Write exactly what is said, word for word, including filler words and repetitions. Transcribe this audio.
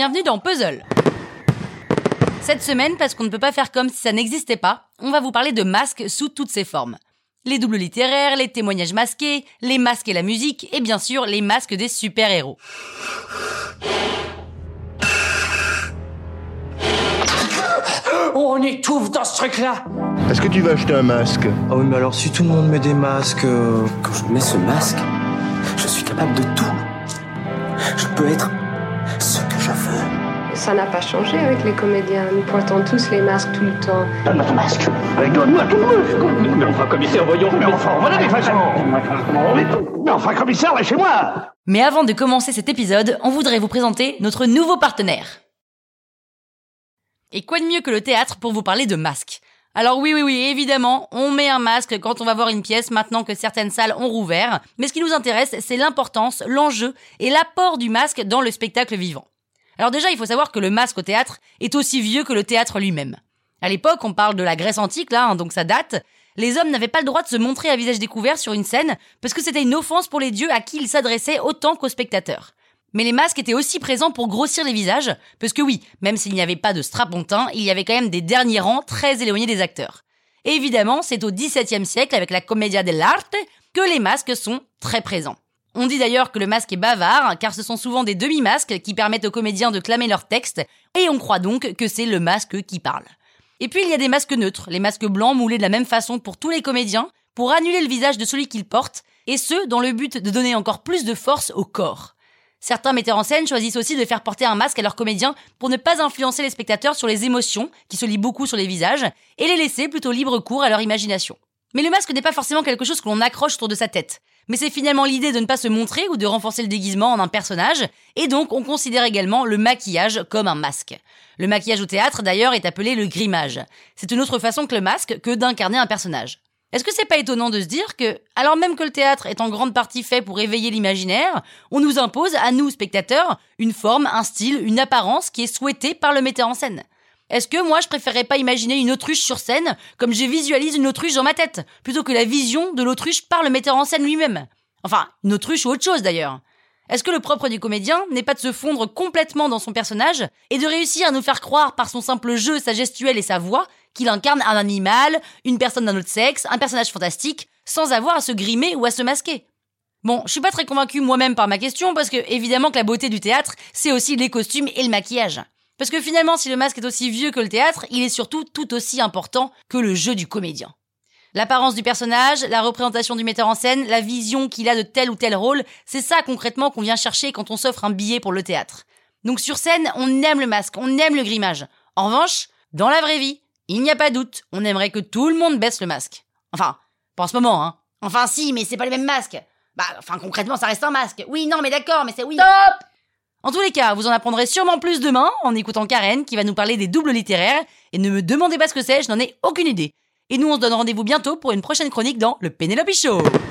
bienvenue dans Puzzle. Cette semaine, parce qu'on ne peut pas faire comme si ça n'existait pas, on va vous parler de masques sous toutes ses formes. Les doubles littéraires, les témoignages masqués, les masques et la musique, et bien sûr les masques des super-héros. On étouffe dans ce truc-là. Est-ce que tu vas acheter un masque? Ah oui, mais alors si tout le monde met des masques... Euh... Quand je mets ce masque, je suis capable de tout. Je peux être ce que je veux. Ça n'a pas changé avec les comédiens. Nous portons tous les masques tout le temps. Donne-moi ton masque. Donne-moi ton masque. Mais enfin, commissaire, voyons. Mais enfin, voilà des façons. Mais enfin, commissaire, lâchez-moi. Mais avant de commencer cet épisode, on voudrait vous présenter notre nouveau partenaire. Et quoi de mieux que le théâtre pour vous parler de masques? Alors oui, oui, oui, évidemment, on met un masque quand on va voir une pièce maintenant que certaines salles ont rouvert, mais ce qui nous intéresse, c'est l'importance, l'enjeu et l'apport du masque dans le spectacle vivant. Alors déjà, il faut savoir que le masque au théâtre est aussi vieux que le théâtre lui-même. À l'époque, on parle de la Grèce antique, là, hein, donc ça date, les hommes n'avaient pas le droit de se montrer à visage découvert sur une scène parce que c'était une offense pour les dieux à qui ils s'adressaient autant qu'aux spectateurs. Mais les masques étaient aussi présents pour grossir les visages, parce que oui, même s'il n'y avait pas de strapontin, il y avait quand même des derniers rangs très éloignés des acteurs. Et évidemment, c'est au dix-septième siècle, avec la commedia dell'arte, que les masques sont très présents. On dit d'ailleurs que le masque est bavard, car ce sont souvent des demi-masques qui permettent aux comédiens de clamer leur texte, et on croit donc que c'est le masque qui parle. Et puis il y a des masques neutres, les masques blancs moulés de la même façon pour tous les comédiens, pour annuler le visage de celui qu'ils portent, et ce, dans le but de donner encore plus de force au corps. Certains metteurs en scène choisissent aussi de faire porter un masque à leurs comédiens pour ne pas influencer les spectateurs sur les émotions, qui se lient beaucoup sur les visages, et les laisser plutôt libre cours à leur imagination. Mais le masque n'est pas forcément quelque chose que l'on accroche autour de sa tête. Mais c'est finalement l'idée de ne pas se montrer ou de renforcer le déguisement en un personnage, et donc on considère également le maquillage comme un masque. Le maquillage au théâtre d'ailleurs est appelé le grimage. C'est une autre façon que le masque que d'incarner un personnage. Est-ce que c'est pas étonnant de se dire que, alors même que le théâtre est en grande partie fait pour éveiller l'imaginaire, on nous impose, à nous spectateurs, une forme, un style, une apparence qui est souhaitée par le metteur en scène? Est-ce que moi je préférerais pas imaginer une autruche sur scène comme je visualise une autruche dans ma tête, plutôt que la vision de l'autruche par le metteur en scène lui-même? Enfin, une autruche ou autre chose d'ailleurs. Est-ce que le propre du comédien n'est pas de se fondre complètement dans son personnage et de réussir à nous faire croire par son simple jeu, sa gestuelle et sa voix qu'il incarne un animal, une personne d'un autre sexe, un personnage fantastique, sans avoir à se grimer ou à se masquer? Bon, je suis pas très convaincue moi-même par ma question parce que évidemment que la beauté du théâtre, c'est aussi les costumes et le maquillage. Parce que finalement, si le masque est aussi vieux que le théâtre, il est surtout tout aussi important que le jeu du comédien. L'apparence du personnage, la représentation du metteur en scène, la vision qu'il a de tel ou tel rôle, c'est ça concrètement qu'on vient chercher quand on s'offre un billet pour le théâtre. Donc sur scène, on aime le masque, on aime le grimage. En revanche, dans la vraie vie, il n'y a pas de doute, on aimerait que tout le monde baisse le masque. Enfin, pas en ce moment, hein. Enfin si, mais c'est pas le même masque. Bah, enfin concrètement, ça reste un masque. Oui, non, mais d'accord, mais c'est oui. Stop! En tous les cas, vous en apprendrez sûrement plus demain en écoutant Karen qui va nous parler des doubles littéraires. Et ne me demandez pas ce que c'est, je n'en ai aucune idée. Et nous, on se donne rendez-vous bientôt pour une prochaine chronique dans le Pénélope Show.